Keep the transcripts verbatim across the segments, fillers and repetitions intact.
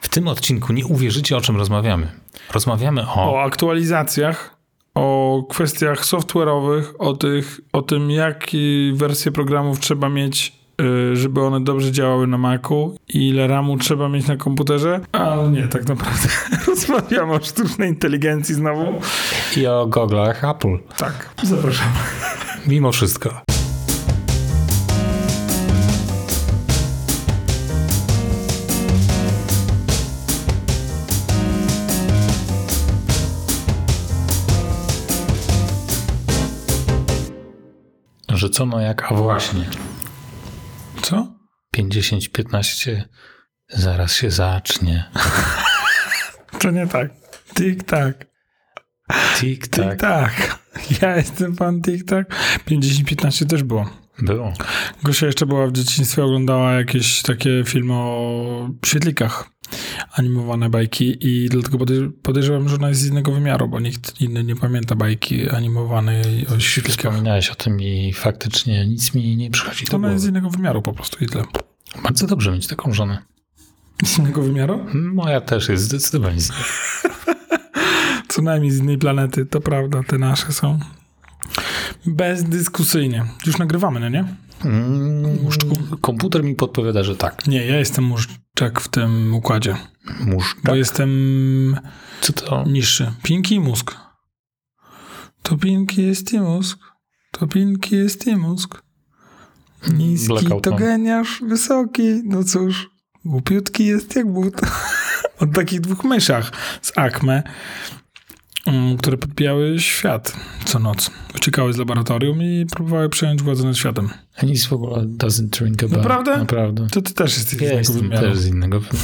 tym odcinku nie uwierzycie, o czym rozmawiamy. Rozmawiamy o... O aktualizacjach, o kwestiach software'owych, o, tych, o tym, jakie wersje programów trzeba mieć, żeby one dobrze działały na Macu i ile ramu trzeba mieć na komputerze, ale nie, tak naprawdę rozmawiamy o sztucznej inteligencji znowu. I o goglach Apple. Tak, zapraszam. Mimo wszystko. Że co no jak, a właśnie. Co? pięćdziesiąt piętnaście zaraz się zacznie. To nie tak. Tik-tak. Tik-tak. Tik-tak. Ja jestem fan Tik-tak. pięćdziesiąt piętnaście też było. Było. Gosia jeszcze była w dzieciństwie, oglądała jakieś takie filmy o świetlikach, animowane bajki i dlatego podejrzewam, że ona jest z innego wymiaru, bo nikt inny nie pamięta bajki animowanej o świetlikach. Wspominałeś o tym i faktycznie nic mi nie przychodzi do Ona głowy. jest z innego wymiaru po prostu i tyle. Bardzo dobrze mieć taką żonę. Z innego wymiaru? Moja też jest zdecydowanie z innego. Co najmniej z innej planety, to prawda, te nasze są. Bezdyskusyjnie. Już nagrywamy, no nie? Mm, komputer mi podpowiada, że tak. Nie, ja jestem muszczek w tym układzie. Muszczek? Bo jestem Co to? niższy. Pinki i mózg. To pinki jest i mózg. To pinki jest i mózg. Niski Blackout to mam. geniasz, wysoki. No cóż, głupiutki jest jak but. O takich dwóch myszach z Acme, które podbijały świat co noc. Uciekały z laboratorium i próbowały przejąć władzę nad światem. Nic w ogóle doesn't ring a bell. Naprawdę? Naprawdę. To ty też jesteś z Ja innego jestem wymiaru. też z innego wymiaru.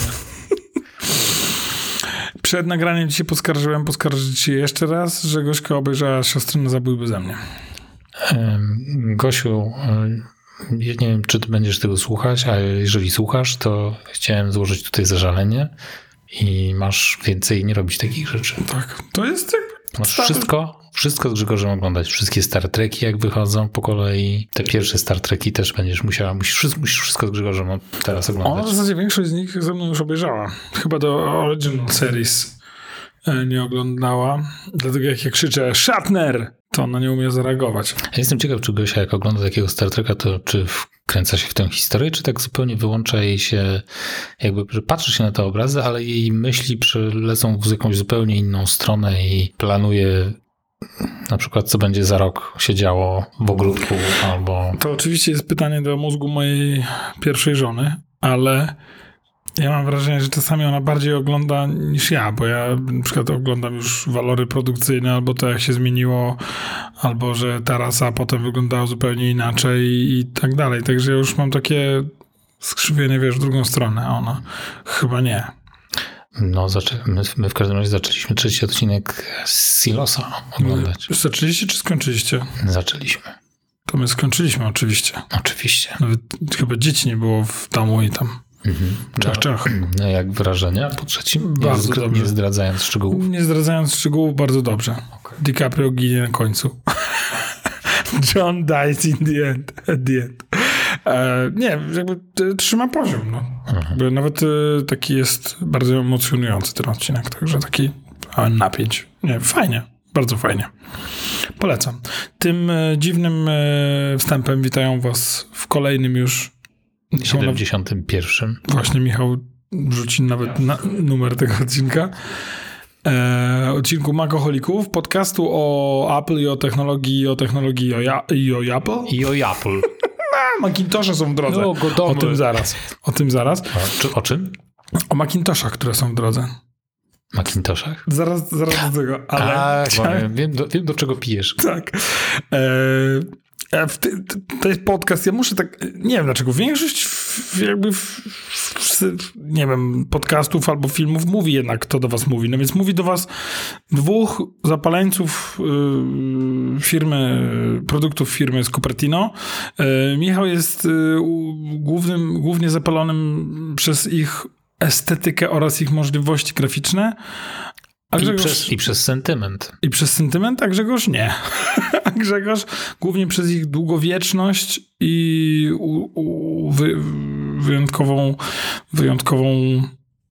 Przed nagraniem ci się poskarżyłem, poskarżyć się jeszcze raz, że Gośka obejrzała Siostry na zabój beze mnie. Um, Gosiu, um, ja nie wiem, czy ty będziesz tego słuchać, a jeżeli słuchasz, to chciałem złożyć tutaj zażalenie i masz więcej nie robić takich rzeczy. Tak, to jest jakby... Masz Stary. wszystko, wszystko z Grzegorzem oglądać. Wszystkie Star Treki jak wychodzą po kolei. Te pierwsze Star Treki też będziesz musiała, musisz, wszystko- musisz wszystko z Grzegorzem teraz Ona oglądać. w zasadzie większość z nich ze mną już obejrzała. Chyba do Original Series e, nie oglądała. Dlatego jak ja krzyczę Shatner, to ona nie umie zareagować. Ja jestem ciekaw, czy Gosia jak ogląda takiego Star Treka, to czy wkręca się w tę historię, czy tak zupełnie wyłącza jej się, jakby, że patrzy się na te obrazy, ale jej myśli przelecą w jakąś zupełnie inną stronę i planuje na przykład, co będzie za rok się działo w ogródku albo... To oczywiście jest pytanie do mózgu mojej pierwszej żony, ale ja mam wrażenie, że czasami ona bardziej ogląda niż ja, bo ja na przykład oglądam już walory produkcyjne, albo to jak się zmieniło, albo że teraz, a potem wyglądało zupełnie inaczej i tak dalej. Także ja już mam takie skrzywienie, wiesz, w drugą stronę, a ona chyba nie. No, zaczę... my, my w każdym razie zaczęliśmy trzeci odcinek z Silosa oglądać. Zaczęliście czy skończyliście? Zaczęliśmy. To my skończyliśmy oczywiście. Oczywiście. Nawet chyba dzieci nie było w domu i tam. Mhm. Czach, czach. No, jak wrażenia po trzecim? Nie, Bardzo zdra- dobrze. nie zdradzając szczegółów. Nie zdradzając szczegółów, bardzo dobrze. Okay. DiCaprio ginie na końcu. John dies in the end. At the end. E, nie, jakby e, trzyma poziom. No. Jakby nawet e, taki jest bardzo emocjonujący ten odcinek, także taki a, napięć. Nie, fajnie. Bardzo fajnie. Polecam. Tym e, dziwnym e, wstępem witają was w kolejnym już siedemdziesiątym pierwszym. Właśnie Michał rzuci nawet na, numer tego odcinka. E, odcinku Macoholików, podcastu o Apple i o technologii, i o technologii i o, ja, i o Apple. I o Apple. A, Macintoshe są w drodze. No, gotowe. O tym zaraz. O tym zaraz. O, czy, o czym? O Macintoshach, które są w drodze. Macintoshach? Zaraz, zaraz do tego. Ale A, chciałem- wiem, do, wiem, do czego pijesz. Tak. E, w ty, to jest podcast, ja muszę tak, nie wiem dlaczego, większość w, jakby w, w, nie wiem, podcastów albo filmów mówi jednak, kto do was mówi. No więc mówi do was dwóch zapaleńców y, firmy, produktów firmy z Cupertino. Y, Michał jest y, głównym, głównie zapalonym przez ich estetykę oraz ich możliwości graficzne. A I, Grzegorz, przez, I przez sentyment. I przez sentyment, a Grzegorz nie. A Grzegorz głównie przez ich długowieczność i u, u, wy, wyjątkową, wyjątkową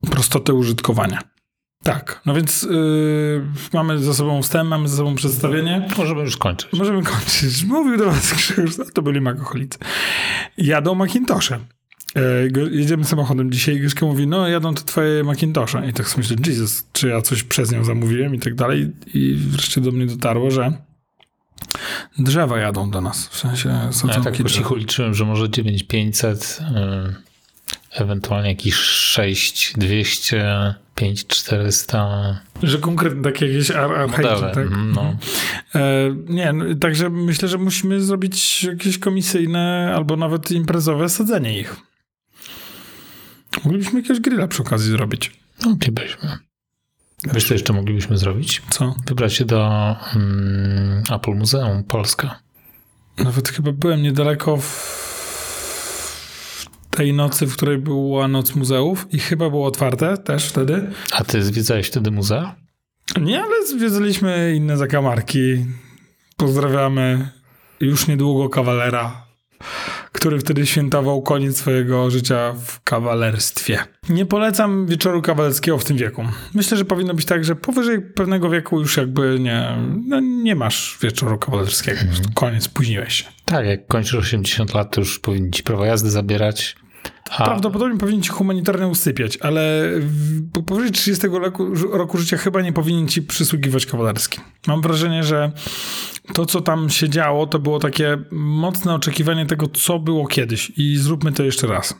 prostotę użytkowania. Tak, no więc yy, mamy za sobą wstęp, mamy za sobą przedstawienie. Możemy już kończyć. Możemy kończyć. Mówił do was Grzegorz, to byli makoholicy. Jadą Macintoshe. Yy, jedziemy samochodem dzisiaj i Grzyszka mówi, no jadą te twoje Macintoshe. I tak sobie myślę, Jesus, czy ja coś przez nią zamówiłem i tak dalej. I wreszcie do mnie dotarło, że drzewa jadą do nas. W sensie Ja tak po cichu liczyłem, że może dziewięć tysięcy pięćset, yy, ewentualnie jakieś sześć tysięcy dwieście, pięć tysięcy czterysta. Że konkretnie takie jakieś ar- archaiki, tak? No. E, nie, no, także myślę, że musimy zrobić jakieś komisyjne albo nawet imprezowe sadzenie ich. Moglibyśmy jakiegoś grilla przy okazji zrobić. Moglibyśmy. Wiesz, co jeszcze moglibyśmy zrobić? Co? Wybrać się do um, Apple Muzeum Polska. Nawet chyba byłem niedaleko w tej nocy, w której była Noc Muzeów i chyba było otwarte też wtedy. A ty zwiedzałeś wtedy muzea? Nie, ale zwiedzaliśmy inne zakamarki. Pozdrawiamy już niedługo kawalera, który wtedy świętował koniec swojego życia w kawalerstwie. Nie polecam wieczoru kawalerskiego w tym wieku. Myślę, że powinno być tak, że powyżej pewnego wieku już jakby nie, no nie masz wieczoru kawalerskiego. Hmm. Koniec, spóźniłeś się. Tak, jak kończysz osiemdziesiąt lat, to już powinni ci prawo jazdy zabierać. A... Prawdopodobnie powinien ci humanitarnie usypiać, ale po powyżej trzydziestego roku, roku życia chyba nie powinien ci przysługiwać kawalerski. Mam wrażenie, że to, co tam się działo, to było takie mocne oczekiwanie tego, co było kiedyś i zróbmy to jeszcze raz.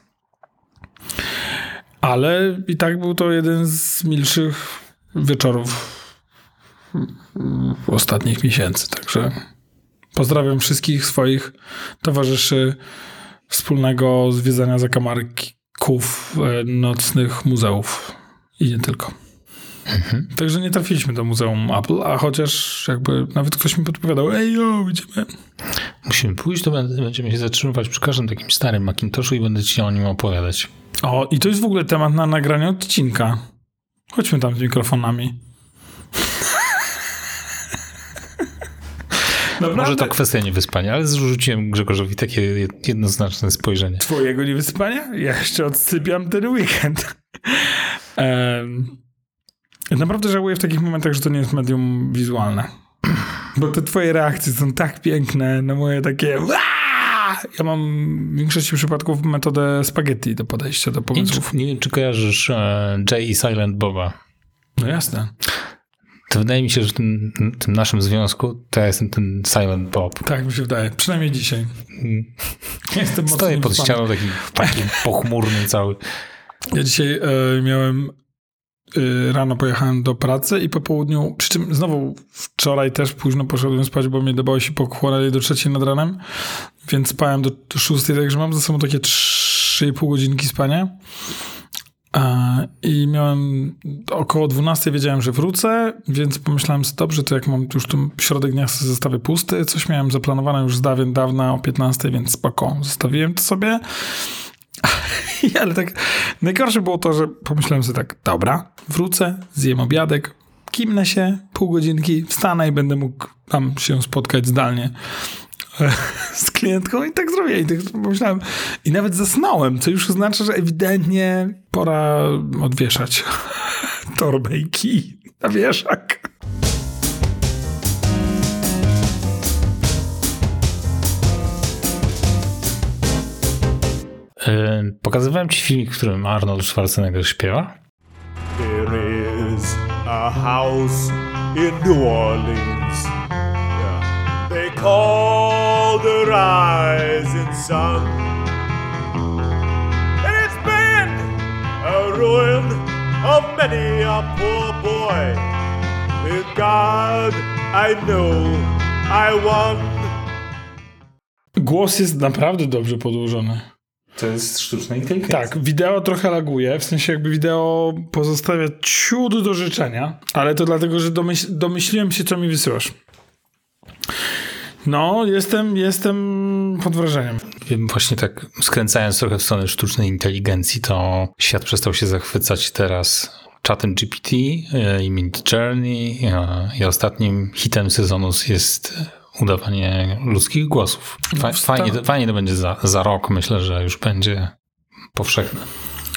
Ale i tak był to jeden z milszych wieczorów ostatnich miesięcy, także pozdrawiam wszystkich swoich towarzyszy wspólnego zwiedzania zakamarków nocnych muzeów i nie tylko. Mhm. Także nie trafiliśmy do Muzeum Apple, a chociaż jakby nawet ktoś mi podpowiadał, ej jo, idziemy. Musimy pójść, to będziemy się zatrzymywać przy każdym takim starym Macintoshu i będę ci o nim opowiadać. O, i to jest w ogóle temat na nagranie odcinka. Chodźmy tam z mikrofonami. Naprawdę? Może to kwestia niewyspania, ale zrzuciłem Grzegorzowi takie jednoznaczne spojrzenie. Twojego niewyspania? Ja jeszcze odsypiam ten weekend. um, naprawdę żałuję w takich momentach, że to nie jest medium wizualne. Bo te twoje reakcje są tak piękne na moje takie... Ja mam w większości przypadków metodę spaghetti do podejścia do pomysłów. Nie, nie wiem, czy kojarzysz e, Jay i Silent Boba. No jasne. To wydaje mi się, że w tym, tym naszym związku to ja jestem ten Silent Bob. Tak mi się wydaje. Przynajmniej dzisiaj. Jestem Stoję pod ścianą taki, taki pochmurny cały. Ja dzisiaj e, miałem e, rano pojechałem do pracy i po południu, przy czym znowu wczoraj też późno poszedłem spać, bo mnie dobało się pochłonęli do trzeciej nad ranem, więc spałem do, do szóstej, także mam za sobą takie trzy i pół godzinki spania. I miałem około dwunastej, wiedziałem, że wrócę, więc pomyślałem sobie, dobrze, to jak mam już tu środek dnia sobie zostawię pusty, coś miałem zaplanowane już z dawien dawna o piętnastej, więc spoko, zostawiłem to sobie. Ale tak najgorsze było to, że pomyślałem sobie tak, dobra, wrócę, zjem obiadek, kimnę się, pół godzinki, wstanę i będę mógł tam się spotkać zdalnie z klientką i tak zrobię. I tak pomyślałem. I nawet zasnąłem, co już oznacza, że ewidentnie pora odwieszać torbę i kij na wieszak. Yy, pokazywałem ci film, w którym Arnold Schwarzenegger śpiewa. There is a house in New Orleans. Yeah. They call the rising sun. And it's been a ruin of many a poor boy. In God I know I won. Głos jest naprawdę dobrze podłożony. To jest sztuczna inteligencja. Tak, wideo trochę laguje, w sensie jakby wideo pozostawia ciut do życzenia, ale to dlatego, że domyśl, domyśliłem się, co mi wysyłasz. No, jestem, jestem pod wrażeniem. Właśnie tak skręcając trochę w stronę sztucznej inteligencji, to świat przestał się zachwycać teraz czatem G P T i Midjourney i ostatnim hitem sezonu jest udawanie ludzkich głosów. Fajnie, fajnie to będzie za, za rok. Myślę, że już będzie powszechne.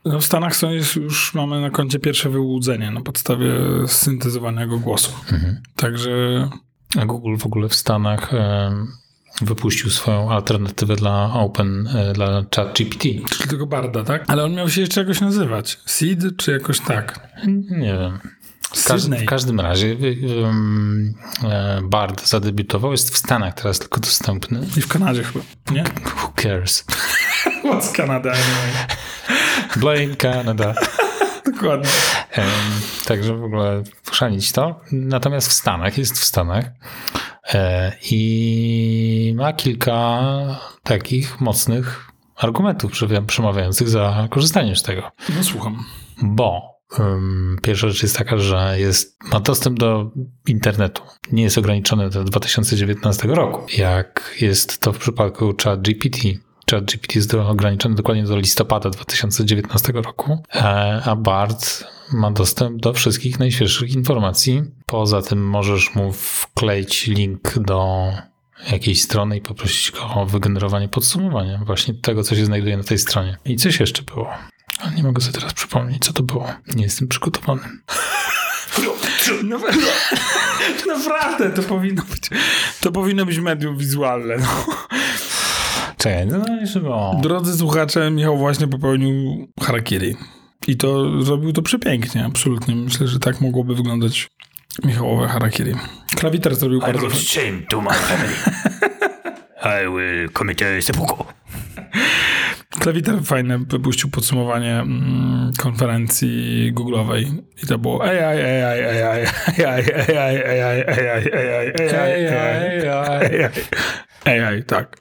No w Stanach są jest, już mamy na koncie pierwsze wyłudzenie na podstawie syntezowanego głosu. Mhm. Także... A Google w ogóle w Stanach e, wypuścił swoją alternatywę dla Open, e, dla ChatGPT. Czyli tego Barda, tak? Ale on miał się jeszcze jakoś nazywać. Seed czy jakoś tak? Nie wiem. W, każdy, w każdym razie um, Bard zadebiutował, jest w Stanach teraz tylko dostępny. I w Kanadzie chyba, nie? Who cares? What's Canada anyway? Blame Canada. Dokładnie. Um, także w ogóle chrzanić to. Natomiast w Stanach, jest w Stanach e, i ma kilka takich mocnych argumentów przemawiających za korzystaniem z tego. No słucham. Bo um, pierwsza rzecz jest taka, że jest, ma dostęp do internetu. Nie jest ograniczony do dwa tysiące dziewiętnastego roku, jak jest to w przypadku ChatGPT. ChatGPT jest do, ograniczony dokładnie do listopada dwa tysiące dziewiętnastego roku, a Bard ma dostęp do wszystkich najświeższych informacji. Poza tym możesz mu wkleić link do jakiejś strony i poprosić go o wygenerowanie podsumowania właśnie tego, co się znajduje na tej stronie. I coś jeszcze było. Ale nie mogę sobie teraz przypomnieć, co to było. Nie jestem przygotowany. No, naprawdę, to powinno być to powinno być medium wizualne. No. Czekaj, no jeszcze było. Drodzy słuchacze, Michał właśnie popełnił harakiri. I to zrobił to przepięknie, absolutnie. Myślę, że tak mogłoby wyglądać Michałowe harakiri. Klawiter zrobił I bardzo... will shame to my family. I will commit seppuku. Klawiter fajne wypuścił podsumowanie mm, konferencji Google'owej i to było A I, A I, A I, A I, A I, A I, A I, A I, A I, A I, tak.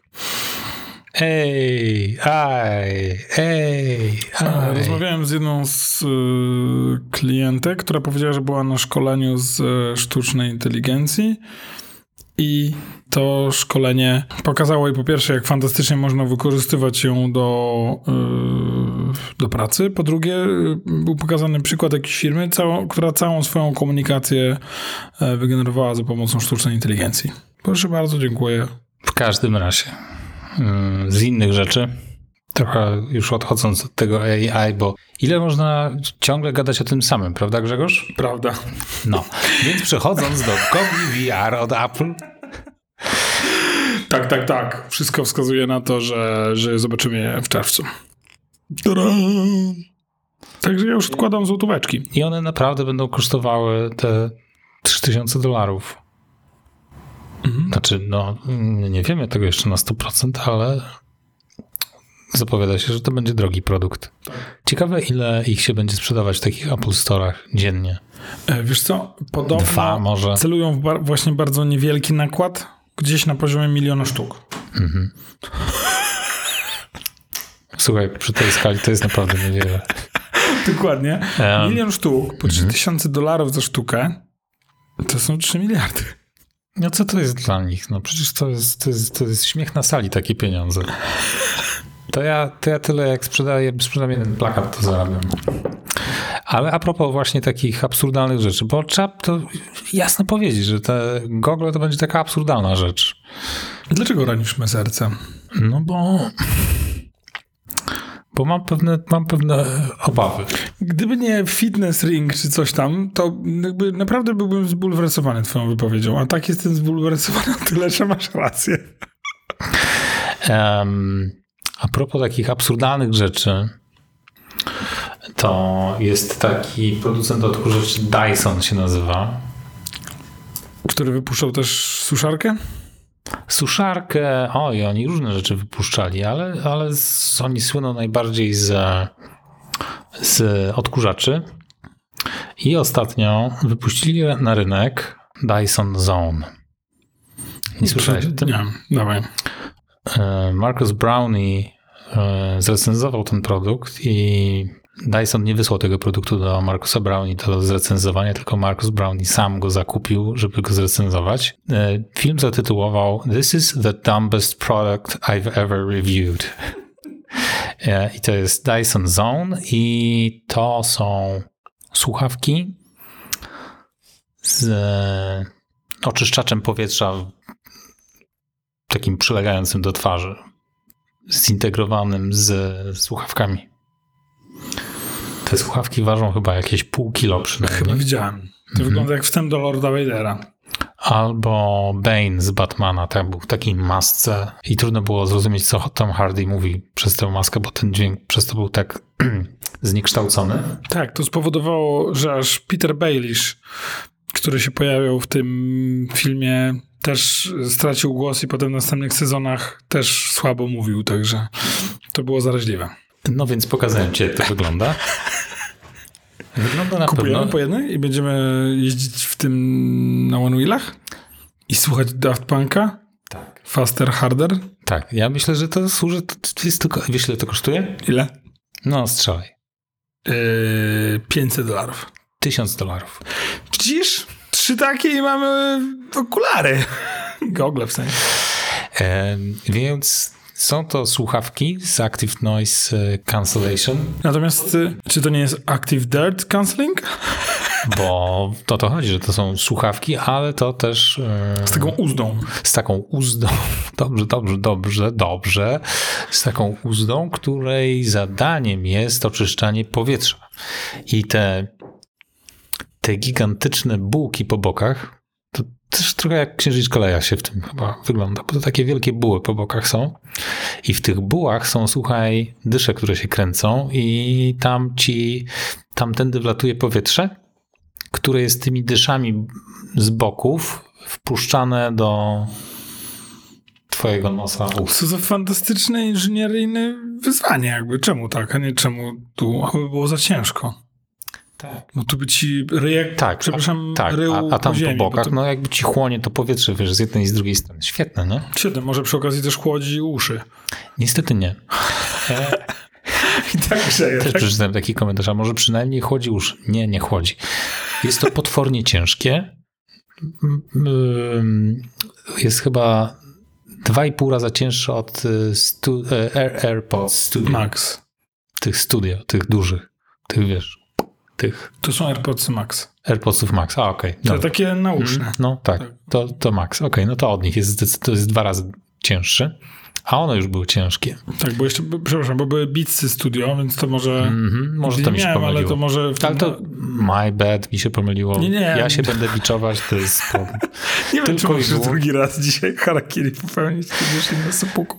Ej, aj, ej, aj. Rozmawiałem z jedną z y, klientek, która powiedziała, że była na szkoleniu z y, sztucznej inteligencji i to szkolenie pokazało jej po pierwsze, jak fantastycznie można wykorzystywać ją do, y, do pracy. Po drugie, y, był pokazany przykład jakiejś firmy, całą, która całą swoją komunikację y, wygenerowała za pomocą sztucznej inteligencji. Proszę bardzo, dziękuję. W każdym razie. Z innych rzeczy, trochę już odchodząc od tego A I, bo ile można ciągle gadać o tym samym, prawda Grzegorz? Prawda. No, więc przechodząc do Gogli V R od Apple. Tak, tak, tak. Wszystko wskazuje na to, że, że zobaczymy je w czerwcu. Ta-da! Także ja już odkładam złotóweczki. I one naprawdę będą kosztowały te trzy tysiące dolarów. Mhm. Znaczy, no, nie wiemy tego jeszcze na sto procent, ale zapowiada się, że to będzie drogi produkt. Ciekawe, ile ich się będzie sprzedawać w takich Apple Store'ach dziennie. E, wiesz co, podobno Dwa może. Celują w bar- właśnie bardzo niewielki nakład, gdzieś na poziomie miliona sztuk. Mhm. Słuchaj, przy tej skali to jest naprawdę niewiele. Dokładnie. Um, Milion sztuk po trzy tysiące dolarów za sztukę to są trzy miliardy. No co to jest dla nich? No przecież to jest, to jest, to jest śmiech na sali, takie pieniądze. To ja, to ja tyle jak sprzedaję, sprzedam jeden plakat, to zarabiam. Ale a propos właśnie takich absurdalnych rzeczy, bo trzeba to jasno powiedzieć, że te gogle to będzie taka absurdalna rzecz. Dlaczego ranisz me serce? No bo... Bo mam pewne, mam pewne obawy. Gdyby nie fitness ring czy coś tam, to jakby naprawdę byłbym zbulwersowany twoją wypowiedzią. A tak jestem zbulwersowany o tyle, że masz rację. Um, a propos takich absurdalnych rzeczy, to jest taki producent odkurzaczy, Dyson się nazywa. Który wypuszczał też suszarkę? Suszarkę, oj, oni różne rzeczy wypuszczali, ale, ale z, oni słyną najbardziej z, z odkurzaczy i ostatnio wypuścili na rynek Dyson Zone. Nie słyszałeś o tym? Nie, dawaj. Marcus Brownie zrecenzował ten produkt i Dyson nie wysłał tego produktu do Marcusa Brownie do zrecenzowania, tylko Marcus Brownie sam go zakupił, żeby go zrecenzować. Film zatytułował This is the dumbest product I've ever reviewed. I to jest Dyson Zone i to są słuchawki z oczyszczaczem powietrza takim przylegającym do twarzy, zintegrowanym z słuchawkami. Te słuchawki ważą chyba jakieś pół kilo przynajmniej. Chyba widziałem. To mhm. wygląda jak wstęp do Lorda Vadera. Albo Bane z Batmana, tak, był w takiej masce i trudno było zrozumieć, co Tom Hardy mówi przez tę maskę, bo ten dźwięk przez to był tak zniekształcony. Tak, to spowodowało, że aż Peter Baelish, który się pojawiał w tym filmie, też stracił głos i potem w następnych sezonach też słabo mówił, także to było zaraźliwe. No więc pokazałem ci, jak to wygląda. Wygląda na Kupujemy pewno. po jednej i będziemy jeździć w tym na One Wheelach i słuchać Daft Punka? Tak. Faster, Harder? Tak, ja myślę, że to służy, to jest tylko, wiesz ile to kosztuje? Ile? No, strzelaj. Yy, pięćset dolarów. Tysiąc dolarów. Widzisz? Trzy takie i mamy okulary. Gogle w sensie. E, więc są to słuchawki z Active Noise Cancellation. Natomiast czy to nie jest Active Dirt Cancelling? Bo to to chodzi, że to są słuchawki, ale to też... E, z taką uzdą. Z taką uzdą. Dobrze, dobrze, dobrze, dobrze. Z taką uzdą, której zadaniem jest oczyszczanie powietrza. I te, te gigantyczne bułki po bokach, to też trochę jak księżniczka Leia się w tym chyba wygląda, bo to takie wielkie buły po bokach są i w tych bułach są, słuchaj, dysze, które się kręcą i tam ci, tamtędy wlatuje powietrze, które jest tymi dyszami z boków wpuszczane do twojego nosa, ust. Co za fantastyczne inżynieryjne wyzwanie jakby. Czemu tak, a nie czemu tu? Aby było za ciężko. Tak. No tu by ci ryjek, tak, przepraszam, a, tak, rył a, a tam po, ziemi, po bokach, to... no jakby ci chłonie to powietrze, wiesz, z jednej i z drugiej strony. Świetne, nie? Świetne, może przy okazji też chłodzi uszy. Niestety nie. E... I tak grzeje. Też tak? przeczytałem taki komentarz, a może przynajmniej chłodzi uszy. Nie, nie chłodzi. Jest to potwornie ciężkie. Jest chyba dwa i pół raza cięższe od stu... Air, AirPods Studio. Max. Tych studio, tych dużych. Tych, wiesz, tych... To są AirPods Max. AirPodsów Max, a okej. Okay. To takie nauczne. No tak, tak. To, to Max. Okej, okay, no to od nich jest, to jest dwa razy cięższy. A one już były ciężkie. Tak, bo jeszcze, przepraszam, bo były Beatsy Studio, więc to może... Mm-hmm, może to mi się miałem, pomyliło. ale to może... W ale to my bad, mi się pomyliło. Nie, nie. Ja się będę biczować, to jest... Po... nie wiem, czy możesz było... drugi raz dzisiaj harakiri popełnić, kiedy już na sopuku.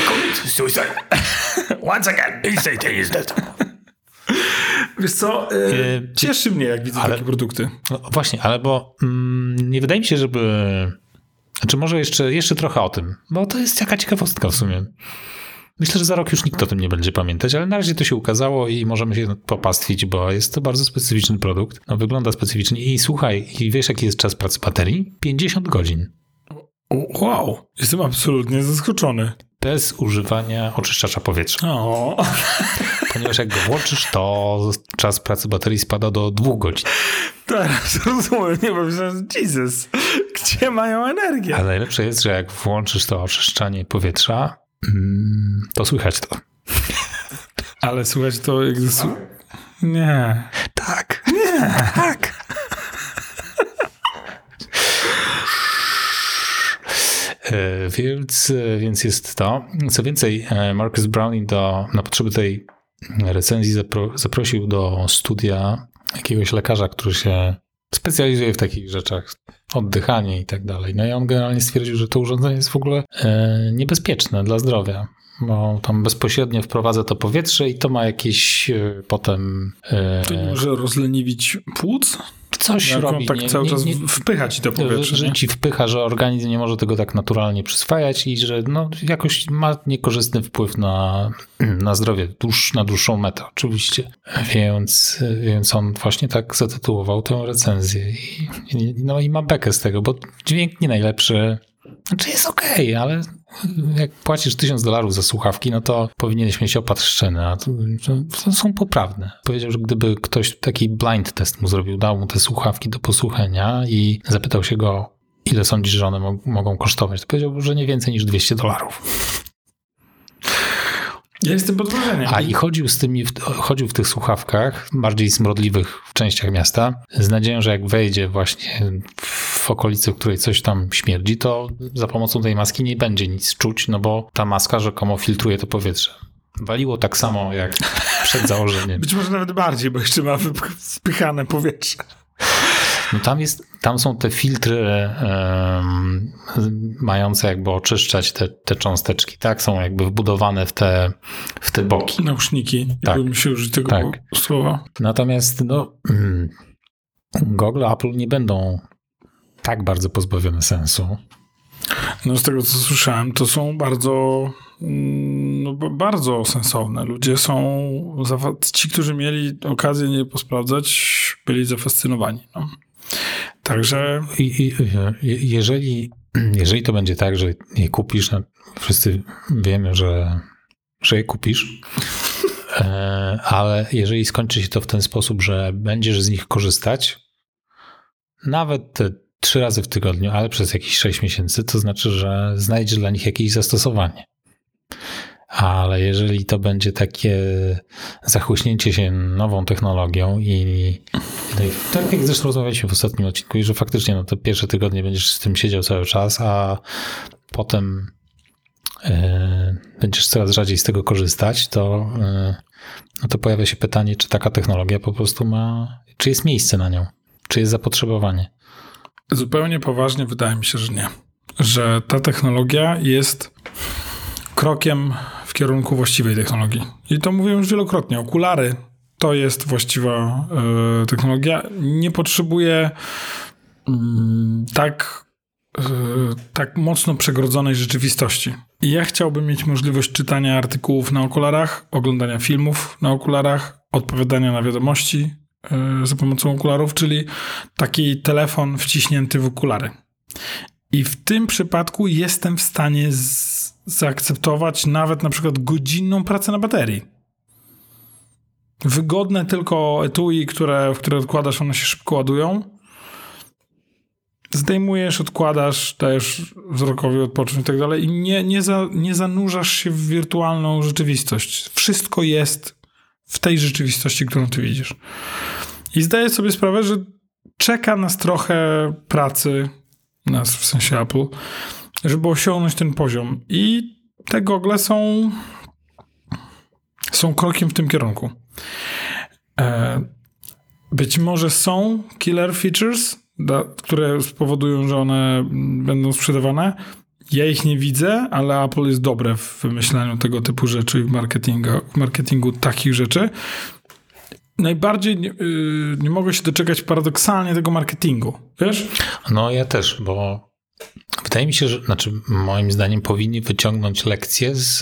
Once again, Satan is dead. Wiesz co, yy, cieszy mnie, jak widzę ale, takie produkty. No właśnie, ale bo mm, nie wydaje mi się, żeby... Znaczy może jeszcze, jeszcze trochę o tym, bo to jest jaka ciekawostka w sumie. Myślę, że za rok już nikt o tym nie będzie pamiętać, ale na razie to się ukazało i możemy się popastwić, bo jest to bardzo specyficzny produkt. No, wygląda specyficznie i słuchaj, i wiesz jaki jest czas pracy baterii? pięćdziesiąt godzin. Wow, jestem absolutnie zaskoczony. Bez używania oczyszczacza powietrza. O. Ponieważ jak go włączysz, to czas pracy baterii spada do dwóch godzin. Teraz rozumiem, nie wiem, że Jesus, gdzie mają energię? Ale najlepsze jest, że jak włączysz to oczyszczanie powietrza, to słychać to. Ale słychać to jak... Nie. Tak. Nie. Tak. Więc, więc jest to. Co więcej, Marcus Browning do, na potrzeby tej recenzji zapro, zaprosił do studia jakiegoś lekarza, który się specjalizuje w takich rzeczach, oddychanie i tak dalej. No i on generalnie stwierdził, że to urządzenie jest w ogóle e, niebezpieczne dla zdrowia, bo tam bezpośrednio wprowadza to powietrze i to ma jakieś e, potem... E, to nie może rozleniwić płuc? Coś jak robi. tak nie, cały nie, czas nie, wpycha ci to powietrze. Że, że ci wpycha, że organizm nie może tego tak naturalnie przyswajać i że no, jakoś ma niekorzystny wpływ na, na zdrowie, dłuż, na dłuższą metę oczywiście. Więc, więc on właśnie tak zatytułował tę recenzję. I, i, no i ma bekę z tego, bo dźwięk nie najlepszy. Znaczy jest okej, okay, ale jak płacisz tysiąc dolarów za słuchawki, no to powinieneś mieć opad szczeny, a to, to są poprawne. Powiedział, że gdyby ktoś taki blind test mu zrobił, dał mu te słuchawki do posłuchania i zapytał się go, ile sądzisz, że one mo- mogą kosztować, to powiedział, że nie więcej niż dwieście dolarów. Ja jestem pod wrażeniem. A i chodził z tymi, chodził w tych słuchawkach, bardziej smrodliwych w częściach miasta, z nadzieją, że jak wejdzie właśnie w okolicy, w której coś tam śmierdzi, to za pomocą tej maski nie będzie nic czuć, no bo ta maska rzekomo filtruje to powietrze. waliło tak samo jak przed założeniem. Być może nawet bardziej, bo jeszcze ma spychane powietrze. No tam jest, tam są te filtry um, mające jakby oczyszczać te, te cząsteczki, tak? Są jakby wbudowane w te, w te boki. Nauszniki, tak. jakbym się użyć tego tak. słowa. Natomiast no, Google, Apple nie będą tak bardzo pozbawione sensu. No z tego, co słyszałem, to są bardzo no, bardzo sensowne. Ludzie są, ci, którzy mieli okazję je posprawdzać, byli zafascynowani. No. Także... I, i, jeżeli, jeżeli to będzie tak, że je kupisz, no, wszyscy wiemy, że, że je kupisz, ale jeżeli skończy się to w ten sposób, że będziesz z nich korzystać, nawet te trzy razy w tygodniu, ale przez jakieś sześć miesięcy, to znaczy, że znajdziesz dla nich jakieś zastosowanie. Ale jeżeli to będzie takie zachłyśnięcie się nową technologią i no i tak jak zresztą rozmawialiśmy w ostatnim odcinku, i że faktycznie no, te pierwsze tygodnie będziesz z tym siedział cały czas, a potem yy, będziesz coraz rzadziej z tego korzystać, to, yy, no to pojawia się pytanie, czy taka technologia po prostu ma, czy jest miejsce na nią, czy jest zapotrzebowanie. Zupełnie poważnie wydaje mi się, że nie. Że ta technologia jest krokiem w kierunku właściwej technologii. I to mówię już wielokrotnie. Okulary to jest właściwa y, technologia. Nie potrzebuje y, tak, y, tak mocno przegrodzonej rzeczywistości. I ja chciałbym mieć możliwość czytania artykułów na okularach, oglądania filmów na okularach, odpowiadania na wiadomości y, za pomocą okularów, czyli taki telefon wciśnięty w okulary. I w tym przypadku jestem w stanie z zaakceptować nawet na przykład godzinną pracę na baterii. Wygodne tylko etui, które, w które odkładasz, one się szybko ładują. Zdejmujesz, odkładasz, dajesz wzrokowi odpocząć i tak dalej i nie, nie, za, nie zanurzasz się w wirtualną rzeczywistość. Wszystko jest w tej rzeczywistości, którą ty widzisz. I zdaję sobie sprawę, że czeka nas trochę pracy, nas w sensie Apple, żeby osiągnąć ten poziom. I te gogle są są krokiem w tym kierunku. E, być może są killer features, da, które spowodują, że one będą sprzedawane. Ja ich nie widzę, ale Apple jest dobre w wymyślaniu tego typu rzeczy i w marketingu, w marketingu takich rzeczy. Najbardziej nie, yy, nie mogę się doczekać paradoksalnie tego marketingu. Wiesz? No ja też, bo wydaje mi się, że, znaczy moim zdaniem powinni wyciągnąć lekcje z,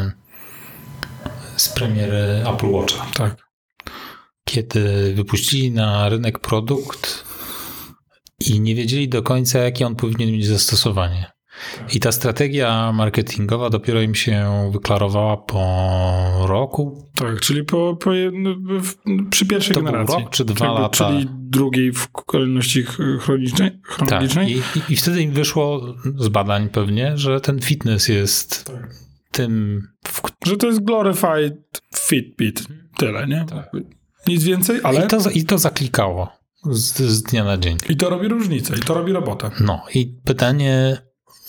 z premiery Apple Watcha. Tak. Kiedy wypuścili na rynek produkt i nie wiedzieli do końca, jakie on powinien mieć zastosowanie. I ta strategia marketingowa dopiero im się wyklarowała po roku. Tak, czyli po, po no, w, przy pierwszej to generacji. Był rok czy dwa Jakby, lata. Czyli drugiej w kolejności chronicznej. chronologicznej. Tak. I, I wtedy im wyszło z badań pewnie, że ten fitness jest tak. tym... W... Że to jest glorified Fitbit. Tyle, nie? Tak. Nic więcej, ale... I to, i to zaklikało z, z dnia na dzień. I to robi różnicę. I to robi robotę. No i pytanie...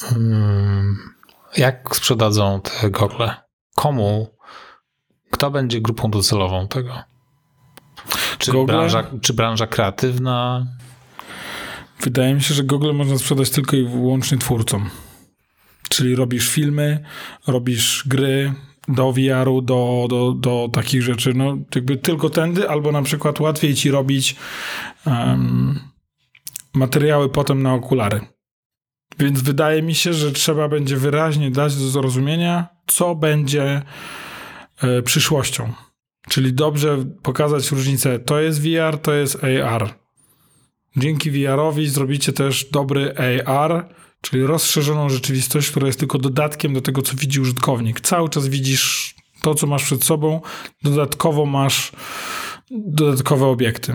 Jak sprzedadzą te gogle? Komu? Kto będzie grupą docelową tego? Czy, Google? branża, czy branża kreatywna? Wydaje mi się, że gogle można sprzedać tylko i wyłącznie twórcom. Czyli robisz filmy, robisz gry do V R-u, do, do, do takich rzeczy. No jakby tylko tędy, albo na przykład łatwiej ci robić um, materiały potem na okulary. Więc wydaje mi się, że trzeba będzie wyraźnie dać do zrozumienia, co będzie y, przyszłością. Czyli dobrze pokazać różnicę. To jest V R, to jest A R. Dzięki V R-owi zrobicie też dobry A R, czyli rozszerzoną rzeczywistość, która jest tylko dodatkiem do tego, co widzi użytkownik. Cały czas widzisz to, co masz przed sobą. Dodatkowo masz dodatkowe obiekty.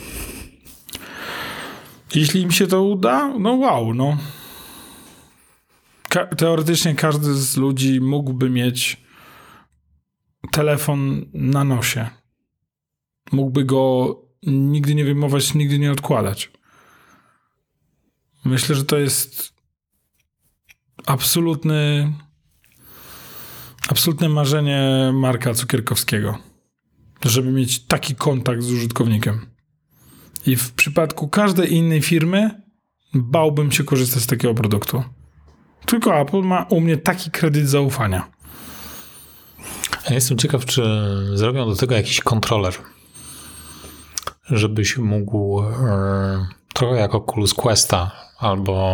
Jeśli im się to uda, no wow, no. Ka- teoretycznie każdy z ludzi mógłby mieć telefon na nosie. Mógłby go nigdy nie wyjmować, nigdy nie odkładać. Myślę, że to jest absolutny absolutne marzenie Marka Cukierkowskiego, żeby mieć taki kontakt z użytkownikiem. I w przypadku każdej innej firmy bałbym się korzystać z takiego produktu. Tylko Apple ma u mnie taki kredyt zaufania. Ja jestem ciekaw, czy zrobią do tego jakiś kontroler, żebyś mógł e, trochę jak Oculus Questa albo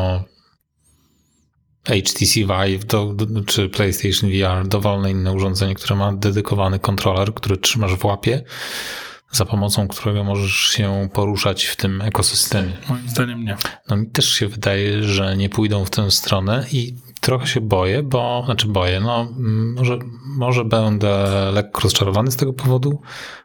H T C Vive do, do, czy PlayStation V R, dowolne inne urządzenie, które ma dedykowany kontroler, który trzymasz w łapie, za pomocą którego możesz się poruszać w tym ekosystemie. Moim zdaniem nie. No mi też się wydaje, że nie pójdą w tę stronę i trochę się boję, bo, znaczy boję, no może, może będę lekko rozczarowany z tego powodu,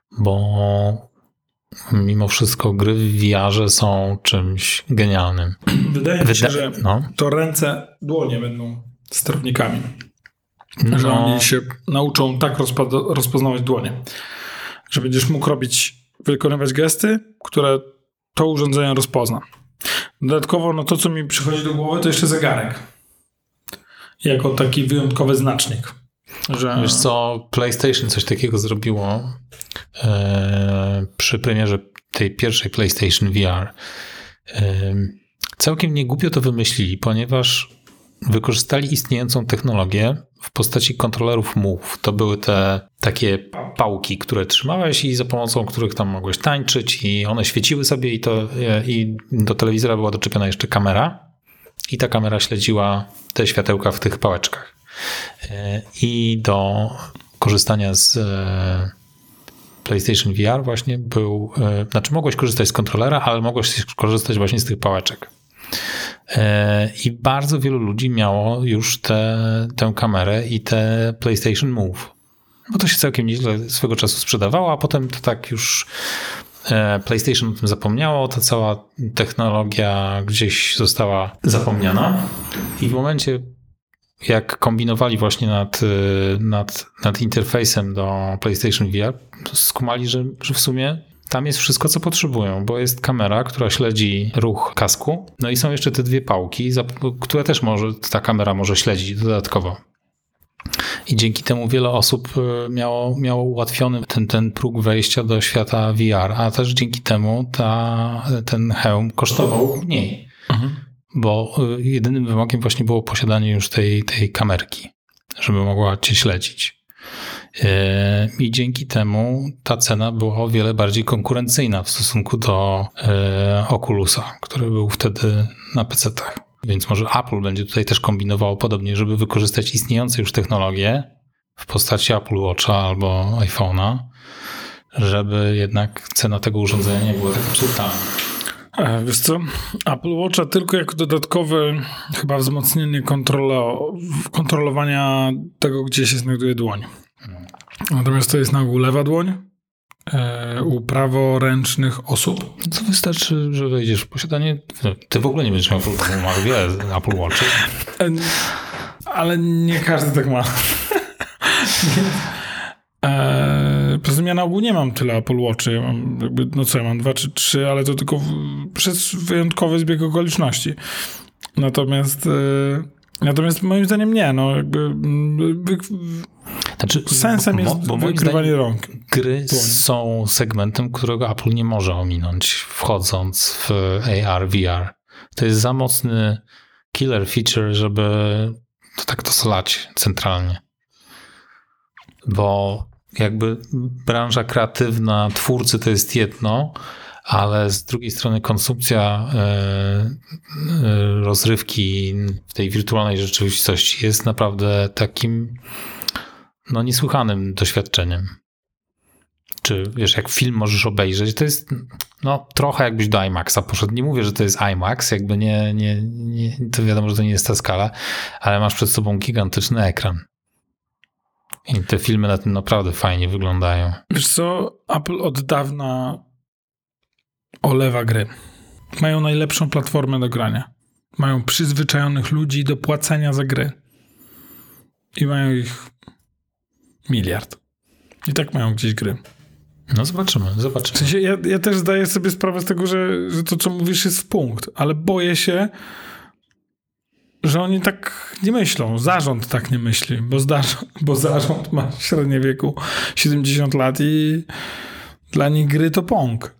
bo mimo wszystko gry w V R-ze są czymś genialnym. Wydaje mi się, Wyda- że no. to ręce, dłonie będą sterownikami. No. Że oni się nauczą tak rozpa- rozpoznawać dłonie, że będziesz mógł robić, wykonywać gesty, które to urządzenie rozpozna. Dodatkowo, no to, co mi przychodzi do głowy, to jeszcze zegarek. Jako taki wyjątkowy znacznik. Że... Wiesz co, PlayStation coś takiego zrobiło e, przy premierze tej pierwszej PlayStation V R. E, całkiem niegłupio to wymyślili, ponieważ wykorzystali istniejącą technologię w postaci kontrolerów Move. To były te takie pałki, które trzymałeś i za pomocą których tam mogłeś tańczyć i one świeciły sobie i, to, i do telewizora była doczepiona jeszcze kamera i ta kamera śledziła te światełka w tych pałeczkach. I do korzystania z PlayStation V R właśnie był, znaczy mogłeś korzystać z kontrolera, ale mogłeś korzystać właśnie z tych pałeczek. I bardzo wielu ludzi miało już te, tę kamerę i te PlayStation Move. Bo to się całkiem nieźle swego czasu sprzedawało, a potem to tak już PlayStation o tym zapomniało, ta cała technologia gdzieś została zapomniana i w momencie jak kombinowali właśnie nad, nad, nad interfejsem do PlayStation V R, skumali, że, że w sumie tam jest wszystko, co potrzebują, bo jest kamera, która śledzi ruch kasku, no i są jeszcze te dwie pałki, które też może, ta kamera może śledzić dodatkowo. I dzięki temu wiele osób miało, miało ułatwiony ten, ten próg wejścia do świata V R, a też dzięki temu ta, ten hełm kosztował mniej. Mhm. Bo jedynym wymogiem właśnie było posiadanie już tej, tej kamerki, żeby mogła cię śledzić. I dzięki temu ta cena była o wiele bardziej konkurencyjna w stosunku do Oculusa, który był wtedy na pecetach. Więc może Apple będzie tutaj też kombinowało podobnie, żeby wykorzystać istniejące już technologie w postaci Apple Watcha albo iPhone'a, żeby jednak cena tego urządzenia nie była tak absurdalna. Wiesz co, Apple Watcha tylko jako dodatkowe chyba wzmocnienie kontrolo, kontrolowania tego, gdzie się znajduje dłoń. Natomiast to jest na ogół lewa dłoń e, u praworęcznych osób. Co wystarczy, że wejdziesz w posiadanie... Ty w ogóle nie będziesz miał problemu, ma wiele Apple Watchy. E, ale nie każdy tak ma. Eee, poza tym ja na ogół nie mam tyle Apple Watchy. Ja mam jakby, no co, ja mam dwa czy trzy, ale to tylko w, przez wyjątkowy zbieg okoliczności. Natomiast e, natomiast moim zdaniem nie. No jakby wy, znaczy, sensem jest bo, bo wykrywanie rąk. Gry dłoń. Są segmentem, którego Apple nie może ominąć, wchodząc w A R, V R. To jest za mocny killer feature, żeby to tak to slać centralnie. Bo jakby branża kreatywna, twórcy to jest jedno, ale z drugiej strony konsumpcja y, y, rozrywki w tej wirtualnej rzeczywistości jest naprawdę takim no niesłychanym doświadczeniem. Czy wiesz, jak film możesz obejrzeć, to jest no trochę jakbyś do IMAXa poszedł. Nie mówię, że to jest IMAX, jakby nie, nie, nie to wiadomo, że to nie jest ta skala, ale masz przed sobą gigantyczny ekran. I te filmy na tym naprawdę fajnie wyglądają. Wiesz co, Apple od dawna olewa gry. Mają najlepszą platformę do grania. Mają przyzwyczajonych ludzi do płacenia za gry. I mają ich miliard. I tak mają gdzieś gry. No zobaczymy, zobaczymy. W sensie ja, ja też zdaję sobie sprawę z tego, że, że to, co mówisz, jest w punkt, ale boję się, że oni tak nie myślą. Zarząd tak nie myśli, bo, zarząd, bo zarząd ma średnie wieku siedemdziesiąt lat i dla nich gry to Pong.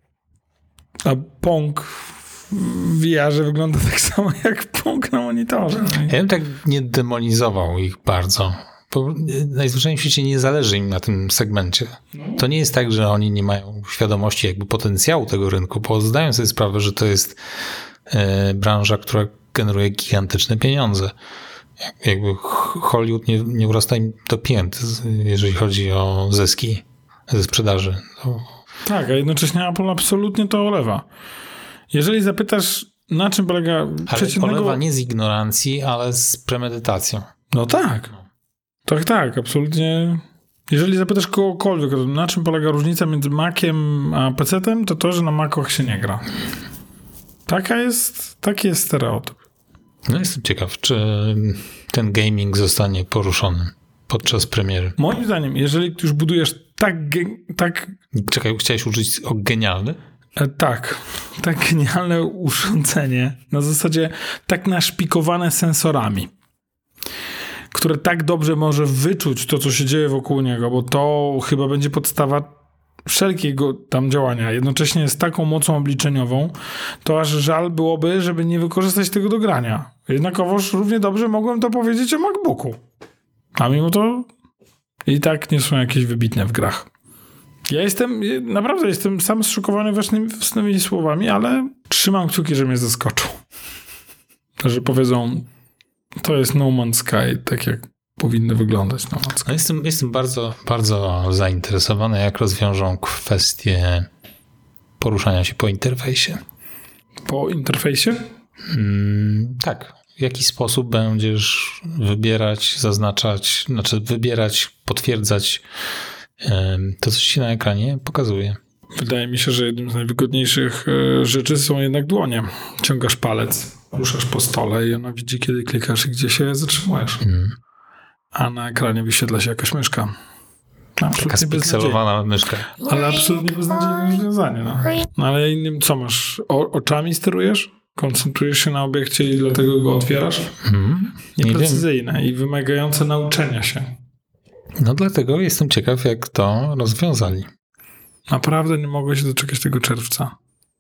A Pong w V R-ze wygląda tak samo jak Pong na monitorze. Ja bym tak nie demonizował ich bardzo. Bo najzwyczajniej w świecie nie zależy im na tym segmencie. To nie jest tak, że oni nie mają świadomości jakby potencjału tego rynku, bo zdają sobie sprawę, że to jest e, branża, która generuje gigantyczne pieniądze. Jakby Hollywood nie, nie urasta im do pięt, jeżeli chodzi o zyski ze sprzedaży. To... Tak, a jednocześnie Apple absolutnie to olewa. Jeżeli zapytasz, na czym polega ale przeciętnego... olewa nie z ignorancji, ale z premedytacją. No tak. Tak, tak, absolutnie. Jeżeli zapytasz kogokolwiek, na czym polega różnica między Maciem a pecetem, to to, że na Macach się nie gra. Taka jest, taki jest stereotyp. No jestem ciekaw, czy ten gaming zostanie poruszony podczas premiery. Moim zdaniem, jeżeli już budujesz tak... Ge- tak Czekaj, chciałeś użyć o genialny? e, tak, tak genialne urządzenie, na zasadzie tak naszpikowane sensorami, które tak dobrze może wyczuć to, co się dzieje wokół niego, bo to chyba będzie podstawa wszelkiego tam działania. Jednocześnie z taką mocą obliczeniową, to aż żal byłoby, żeby nie wykorzystać tego do grania. Jednakowoż równie dobrze mogłem to powiedzieć o MacBooku. A mimo to i tak nie są jakieś wybitne w grach. Ja jestem, naprawdę jestem sam zszokowany własnymi, własnymi słowami, ale trzymam kciuki, że mnie zaskoczą. Że powiedzą, to jest No Man's Sky, tak jak powinny wyglądać No Man's Sky. No jestem, jestem bardzo, bardzo zainteresowany, jak rozwiążą kwestię poruszania się po interfejsie. Po interfejsie? Hmm, tak. W jaki sposób będziesz wybierać, zaznaczać, znaczy wybierać, potwierdzać um, to, co się na ekranie pokazuje. Wydaje mi się, że jednym z najwygodniejszych y, rzeczy są jednak dłonie. Ciągasz palec, ruszasz po stole i ona widzi, kiedy klikasz i gdzie się zatrzymujesz. Hmm. A na ekranie wyświetla się jakaś myszka. Taka spikselowana myszka. Ale absolutnie beznadziejne rozwiązanie. No. No ale innym, co masz? O, oczami sterujesz? Koncentrujesz się na obiekcie i dlatego go otwierasz? Hmm. Nieprecyzyjne i wymagające nauczenia się. No dlatego jestem ciekaw, jak to rozwiązali. Naprawdę nie mogę się doczekać tego czerwca.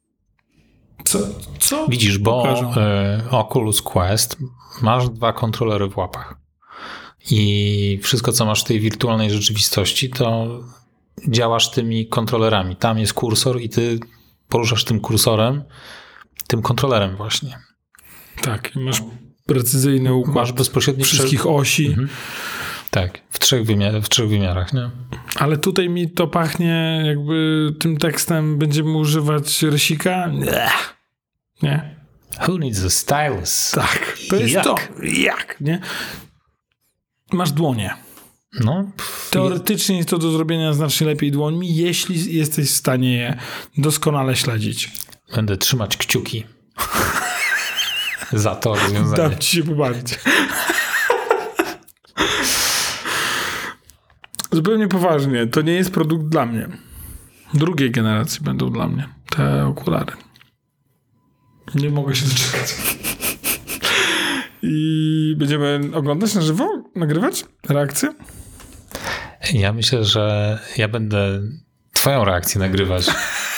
Co? Co? Widzisz, bo y, Oculus Quest masz dwa kontrolery w łapach. I wszystko, co masz w tej wirtualnej rzeczywistości, to działasz tymi kontrolerami. Tam jest kursor i ty poruszasz tym kursorem, tym kontrolerem właśnie. Tak, i masz precyzyjny układ masz bezpośrednio wszystkich prze... osi. Mhm. Tak, w trzech, wymiar- w trzech wymiarach, nie? Ale tutaj mi to pachnie, jakby tym tekstem będziemy używać rysika. Nie. Nie. Who needs a stylus? Tak, to jest Jak? to. Jak? Nie? Masz dłonie. No. Teoretycznie jest to do zrobienia znacznie lepiej dłońmi, jeśli jesteś w stanie je doskonale śledzić. Będę trzymać kciuki za to rozwiązanie. Dam ci się pobawić. Zupełnie poważnie, to nie jest produkt dla mnie. Drugiej generacji będą dla mnie te okulary. Nie mogę się doczekać. I będziemy oglądać na żywo? Nagrywać? Reakcje? Ja myślę, że ja będę twoją reakcję nagrywać.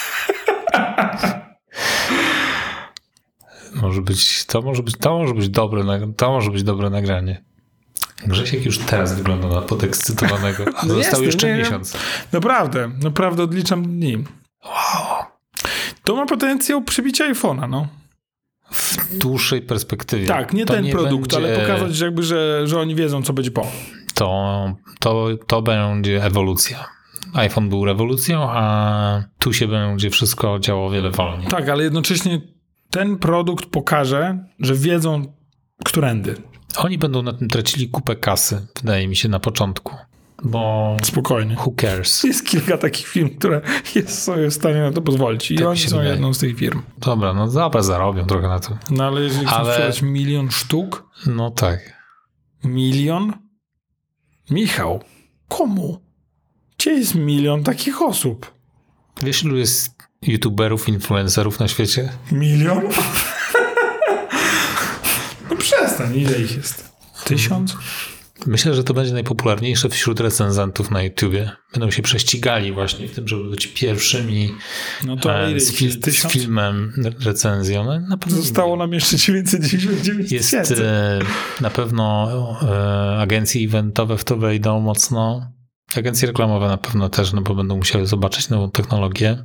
Może być, to może być, to może być dobre, to może być dobre nagranie. Grzesiek już teraz wygląda na podekscytowanego, a no został jeszcze nie, miesiąc. Naprawdę, naprawdę odliczam dni. Wow. To ma potencjał przebicia iPhone'a, no. W dłuższej perspektywie. Tak, nie to ten nie produkt, będzie... ale pokazać, że, jakby, że, że oni wiedzą, co będzie po. To, to, to będzie ewolucja. iPhone był rewolucją, a tu się będzie wszystko działo o wiele wolniej. Tak, ale jednocześnie ten produkt pokaże, że wiedzą, którędy. Oni będą na tym tracili kupę kasy, wydaje mi się, na początku. Bo spokojnie. Who cares? Jest kilka takich firm, które jest sobie w stanie na to pozwolić. I tak oni są wydaje. jedną z tych firm. Dobra, no dobra, zarobią trochę na to. No ale jeżeli chcesz sprzedać milion sztuk? No tak. Milion? Michał, komu? Gdzie jest milion takich osób? Wiesz, ilu jest youtuberów, influencerów na świecie? Milion? No przestań, ile ich jest? Tysiąc? Myślę, że to będzie najpopularniejsze wśród recenzentów na YouTubie. Będą się prześcigali właśnie w tym, żeby być pierwszymi no to e, ile z, ich fil- jest? Tysiąc? z filmem recenzją. No, na pewno Zostało nam jeszcze dziewięćset dziewięćdziesiąt dziewięć jest tysięcy. e, na pewno e, agencje eventowe w to wejdą mocno. Agencje reklamowe na pewno też, no bo będą musiały zobaczyć nową technologię.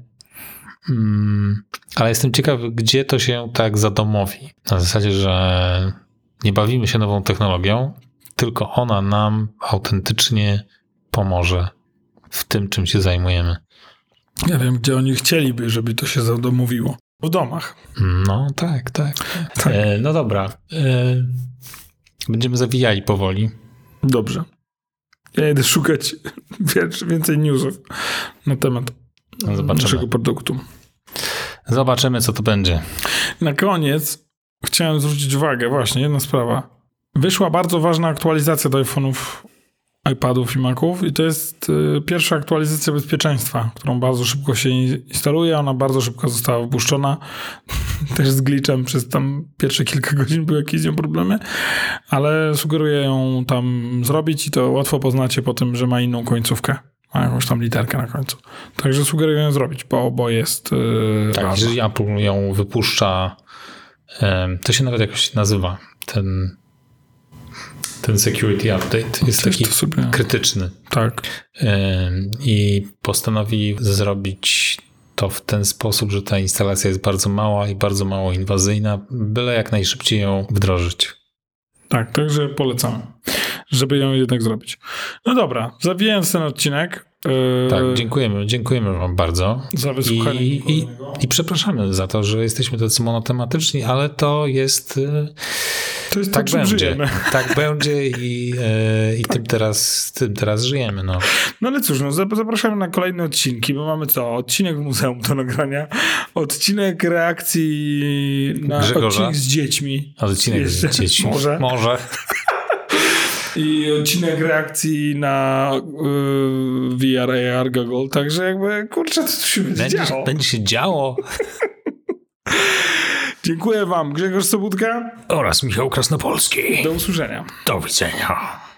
Mm, ale jestem ciekawy, gdzie to się tak zadomowi. Na zasadzie, że nie bawimy się nową technologią, tylko ona nam autentycznie pomoże w tym, czym się zajmujemy. Ja wiem, gdzie oni chcieliby, żeby to się zadomowiło. W domach. No tak, tak. tak. Tak. E, no dobra. E, będziemy zawijali powoli. Dobrze. Ja idę szukać więcej, więcej newsów na temat Zobaczymy. naszego produktu. Zobaczymy, co to będzie. Na koniec chciałem zwrócić uwagę, właśnie, jedna sprawa. Wyszła bardzo ważna aktualizacja do iPhone'ów, iPadów i Maców i to jest y, pierwsza aktualizacja bezpieczeństwa, którą bardzo szybko się instaluje. Ona bardzo szybko została wypuszczona. Też z glitchem przez tam pierwsze kilka godzin były jakieś z nią problemy, ale sugeruję ją tam zrobić i to łatwo poznacie po tym, że ma inną końcówkę. Ma jakąś tam literkę na końcu. Także sugeruję ją zrobić, bo, bo jest yy, Tak, ważna. jeżeli Apple ją wypuszcza, e, to się nawet jakoś nazywa. Ten, ten security update jest Coś taki to sobie- krytyczny. Tak. E, I postanowi zrobić to w ten sposób, że ta instalacja jest bardzo mała i bardzo mało inwazyjna, byle jak najszybciej ją wdrożyć. Tak, także polecam, żeby ją jednak zrobić. No dobra, zawijając ten odcinek. Yy, Tak, dziękujemy, dziękujemy wam bardzo. Za wysłuchanie I, i, kolejnego. I przepraszamy za to, że jesteśmy tacy monotematyczni, ale to jest... e, To jest tak to, czym będzie. żyjemy. Tak będzie i, e, i tym, teraz, tym teraz żyjemy. No. No ale cóż, no, zap- zapraszamy na kolejne odcinki, bo mamy co? Odcinek w muzeum do nagrania, odcinek reakcji na Grzegorza. odcinek z dziećmi. Odcinek Jeszcze z dziećmi. Może. Może. I odcinek reakcji na yy, V R, A R, Google. Także jakby, kurczę, to tu się będzie Będzie, działo. będzie się działo. Dziękuję wam. Grzegorz Sobudka. Oraz Michał Krasnopolski. Do usłyszenia. Do widzenia.